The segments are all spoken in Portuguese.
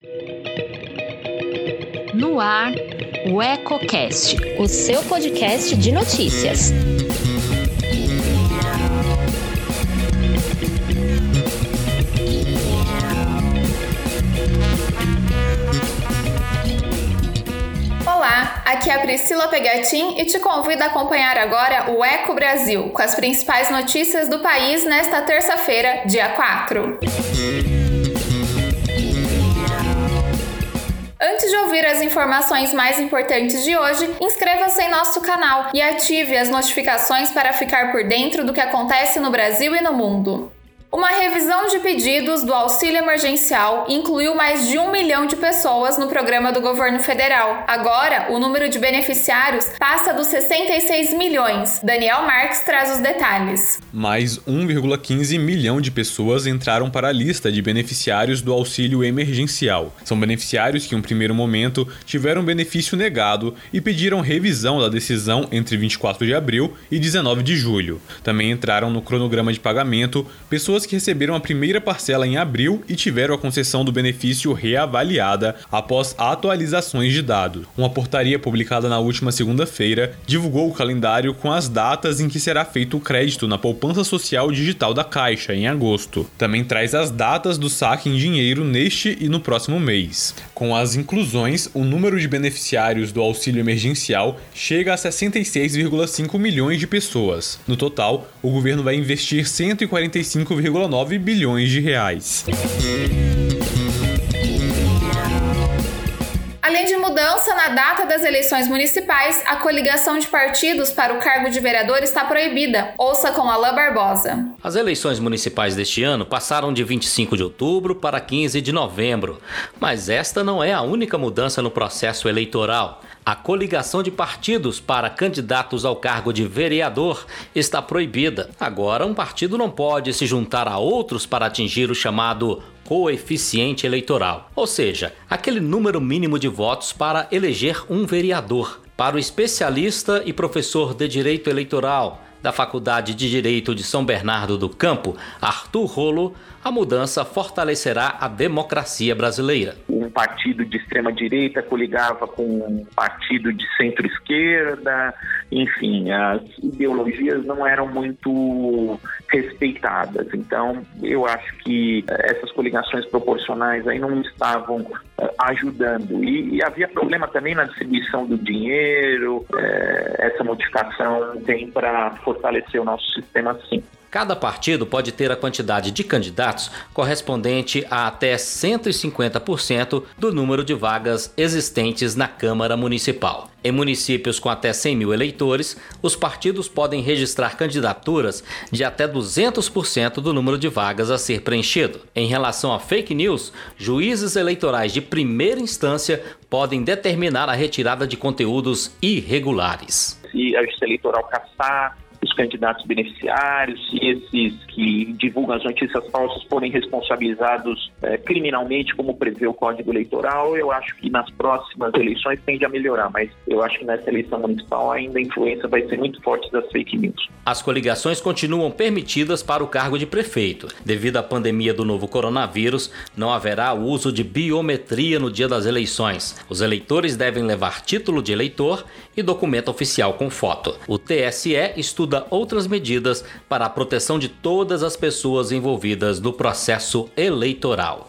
No ar, o EcoCast, o seu podcast de notícias. Olá, aqui é a Priscila Pegatin e te convido a acompanhar agora o Eco Brasil, com as principais notícias do país nesta terça-feira, dia 4. Antes de ouvir as informações mais importantes de hoje, inscreva-se em nosso canal e ative as notificações para ficar por dentro do que acontece no Brasil e no mundo. Uma revisão de pedidos do auxílio emergencial incluiu mais de 1 milhão de pessoas no programa do governo federal. Agora, o número de beneficiários passa dos 66 milhões. Daniel Marques traz os detalhes. Mais 1,15 milhão de pessoas entraram para a lista de beneficiários do auxílio emergencial. São beneficiários que, em um primeiro momento, tiveram benefício negado e pediram revisão da decisão entre 24 de abril e 19 de julho. Também entraram no cronograma de pagamento pessoas que receberam a primeira parcela em abril e tiveram a concessão do benefício reavaliada após atualizações de dados. Uma portaria publicada na última segunda-feira divulgou o calendário com as datas em que será feito o crédito na poupança social digital da Caixa, em agosto. Também traz as datas do saque em dinheiro neste e no próximo mês. Com as inclusões, o número de beneficiários do auxílio emergencial chega a 66,5 milhões de pessoas. No total, o governo vai investir 145,9 bilhões de reais. Além de mudança na data das eleições municipais, a coligação de partidos para o cargo de vereador está proibida. Ouça com Alain Barbosa. As eleições municipais deste ano passaram de 25 de outubro para 15 de novembro. Mas esta não é a única mudança no processo eleitoral. A coligação de partidos para candidatos ao cargo de vereador está proibida. Agora, um partido não pode se juntar a outros para atingir o chamado coeficiente eleitoral, ou seja, aquele número mínimo de votos para eleger um vereador. Para o especialista e professor de Direito Eleitoral da Faculdade de Direito de São Bernardo do Campo, Arthur Rolo, a mudança fortalecerá a democracia brasileira. Um partido de extrema-direita coligava com um partido de centro-esquerda, enfim, as ideologias não eram muito respeitadas. Então, eu acho que essas coligações proporcionais aí não estavam ajudando. E havia problema também na distribuição do dinheiro. Essa modificação vem para fortalecer o nosso sistema, sim. Cada partido pode ter a quantidade de candidatos correspondente a até 150% do número de vagas existentes na Câmara Municipal. Em municípios com até 100 mil eleitores, os partidos podem registrar candidaturas de até 200% do número de vagas a ser preenchido. Em relação a fake news, juízes eleitorais de primeira instância podem determinar a retirada de conteúdos irregulares. Se a Justiça Eleitoral caçar os candidatos beneficiários, se esses que divulgam as notícias falsas forem responsabilizados criminalmente, como prevê o Código Eleitoral, eu acho que nas próximas eleições tende a melhorar, mas eu acho que nessa eleição municipal ainda a influência vai ser muito forte das fake news. As coligações continuam permitidas para o cargo de prefeito. Devido à pandemia do novo coronavírus, não haverá o uso de biometria no dia das eleições. Os eleitores devem levar título de eleitor e documento oficial com foto. O TSE estuda outras medidas para a proteção de todas as pessoas envolvidas no processo eleitoral.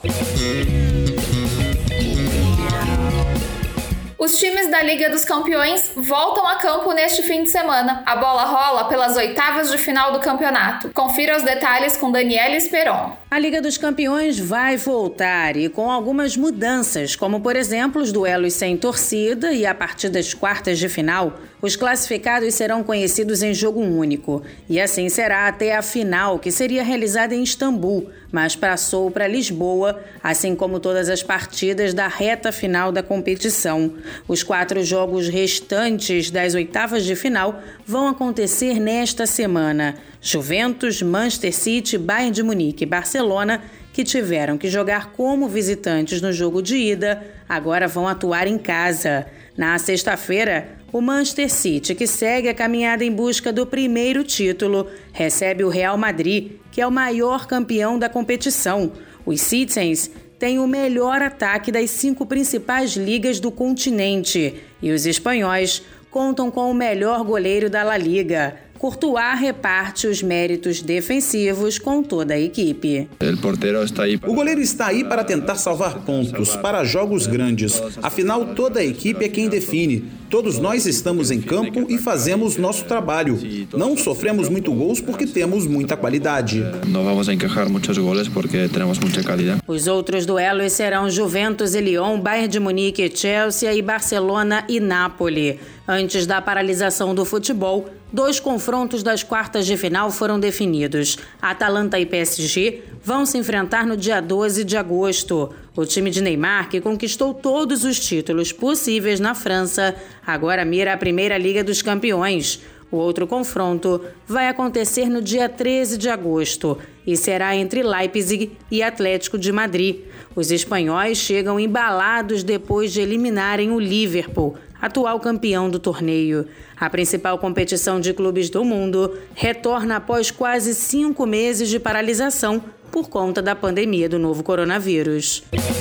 Os times da Liga dos Campeões voltam a campo neste fim de semana. A bola rola pelas oitavas de final do campeonato. Confira os detalhes com Daniela Esperon. A Liga dos Campeões vai voltar e com algumas mudanças, como por exemplo os duelos sem torcida e a partir das quartas de final, os classificados serão conhecidos em jogo único. E assim será até a final, que seria realizada em Istambul, mas passou para Lisboa, assim como todas as partidas da reta final da competição. Os 4 jogos restantes das oitavas de final vão acontecer nesta semana. Juventus, Manchester City, Bayern de Munique e Barcelona, que tiveram que jogar como visitantes no jogo de ida, agora vão atuar em casa. Na sexta-feira, o Manchester City, que segue a caminhada em busca do primeiro título, recebe o Real Madrid, que é o maior campeão da competição. Os Citizens tem o melhor ataque das 5 principais ligas do continente e os espanhóis contam com o melhor goleiro da La Liga. Courtois reparte os méritos defensivos com toda a equipe. O goleiro está aí para tentar salvar pontos, para jogos grandes. Afinal, toda a equipe é quem define. Todos nós estamos em campo e fazemos nosso trabalho. Não sofremos muito gols porque temos muita qualidade. Os outros duelos serão Juventus e Lyon, Bayern de Munique e Chelsea e Barcelona e Napoli. Antes da paralisação do futebol, 2 confrontos das quartas de final foram definidos. Atalanta e PSG vão se enfrentar no dia 12 de agosto. O time de Neymar, que conquistou todos os títulos possíveis na França, agora mira a Primeira Liga dos Campeões. O outro confronto vai acontecer no dia 13 de agosto e será entre Leipzig e Atlético de Madrid. Os espanhóis chegam embalados depois de eliminarem o Liverpool, atual campeão do torneio. A principal competição de clubes do mundo retorna após quase 5 meses de paralisação por conta da pandemia do novo coronavírus.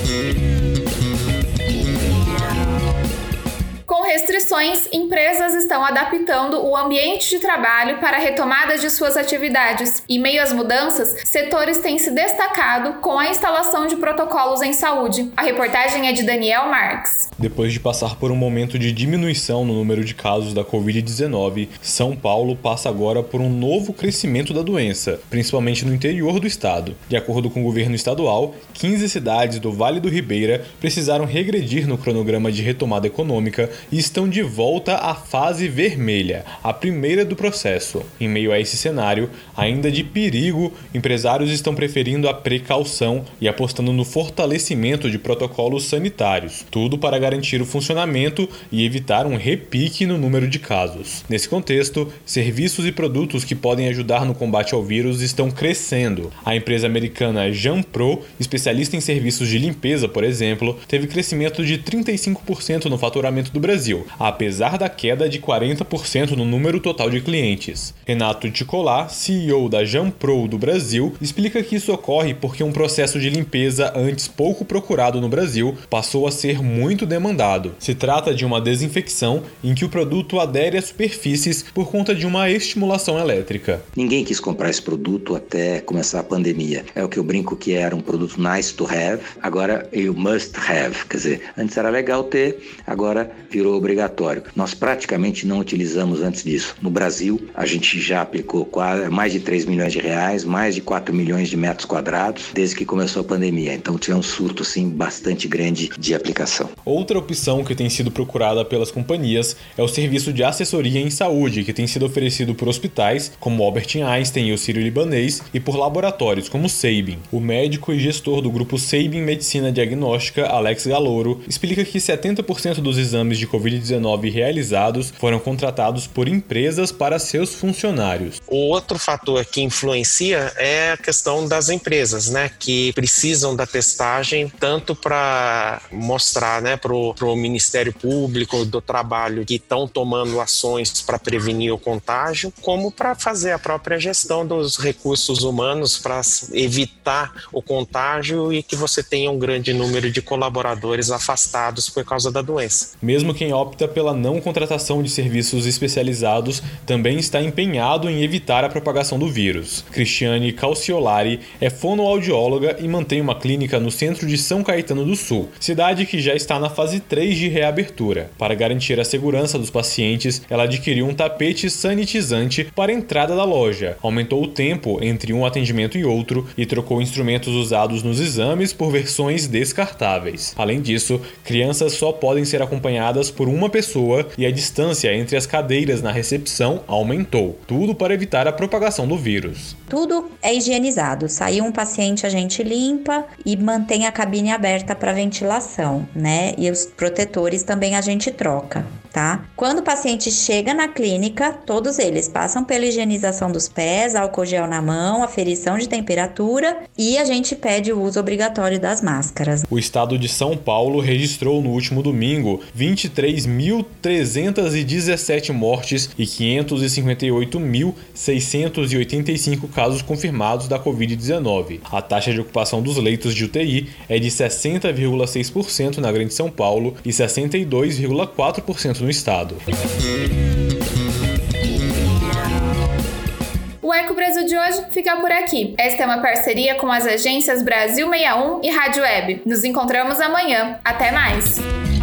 Com restrições, empresas estão adaptando o ambiente de trabalho para a retomada de suas atividades. Em meio às mudanças, setores têm se destacado com a instalação de protocolos em saúde. A reportagem é de Daniel Marques. Depois de passar por um momento de diminuição no número de casos da Covid-19, São Paulo passa agora por um novo crescimento da doença, principalmente no interior do estado. De acordo com o governo estadual, 15 cidades do Vale do Ribeira precisaram regredir no cronograma de retomada econômica e estão de volta à fase vermelha, a primeira do processo. Em meio a esse cenário, ainda de perigo, empresários estão preferindo a precaução e apostando no fortalecimento de protocolos sanitários, tudo para garantir o funcionamento e evitar um repique no número de casos. Nesse contexto, serviços e produtos que podem ajudar no combate ao vírus estão crescendo. A empresa americana Janpro, especialista em serviços de limpeza, por exemplo, teve crescimento de 35% no faturamento do Brasil, apesar da queda de 40% no número total de clientes. Renato Ticolá, CEO da Janpro do Brasil, explica que isso ocorre porque um processo de limpeza antes pouco procurado no Brasil passou a ser muito demandado. Se trata de uma desinfecção em que o produto adere a superfícies por conta de uma estimulação elétrica. Ninguém quis comprar esse produto até começar a pandemia. É o que eu brinco que era um produto nice to have, agora é o must have. Quer dizer, antes era legal ter, agora virou obrigatório. Nós praticamente não utilizamos antes disso. No Brasil, a gente já aplicou mais de 3 milhões de reais, mais de 4 milhões de metros quadrados, desde que começou a pandemia. Então, tinha um surto, sim, bastante grande de aplicação. Outra opção que tem sido procurada pelas companhias é o serviço de assessoria em saúde, que tem sido oferecido por hospitais, como Albert Einstein e o Sírio-Libanês, e por laboratórios, como o Sabin. O médico e gestor do grupo Sabin Medicina Diagnóstica, Alex Galouro, explica que 70% dos exames de Covid-19 realizados foram contratados por empresas para seus funcionários. O outro fator que influencia é a questão das empresas, né, que precisam da testagem tanto para mostrar, né, para o Ministério Público do Trabalho que estão tomando ações para prevenir o contágio, como para fazer a própria gestão dos recursos humanos para evitar o contágio e que você tenha um grande número de colaboradores afastados por causa da doença. Mesmo quem opta pela não contratação de serviços especializados também está empenhado em evitar a propagação do vírus. Cristiane Calciolari é fonoaudióloga e mantém uma clínica no centro de São Caetano do Sul, cidade que já está na fase 3 de reabertura. Para garantir a segurança dos pacientes, ela adquiriu um tapete sanitizante para a entrada da loja, aumentou o tempo entre um atendimento e outro e trocou instrumentos usados nos exames por versões descartáveis. Além disso, crianças só podem ser acompanhadas por uma pessoa e a distância entre as cadeiras na recepção aumentou, tudo para evitar a propagação do vírus. Tudo é higienizado. Saiu um paciente, a gente limpa e mantém a cabine aberta para ventilação, né? E os protetores também a gente troca. tá? Quando o paciente chega na clínica, todos eles passam pela higienização dos pés, álcool gel na mão, aferição de temperatura e a gente pede o uso obrigatório das máscaras. O estado de São Paulo registrou no último domingo 23.317 mortes e 558.685 casos confirmados da Covid-19. A taxa de ocupação dos leitos de UTI é de 60,6% na Grande São Paulo e 62,4% no estado. O Eco Brasil de hoje fica por aqui. Esta é uma parceria com as agências Brasil 61 e Rádio Web. Nos encontramos amanhã. Até mais!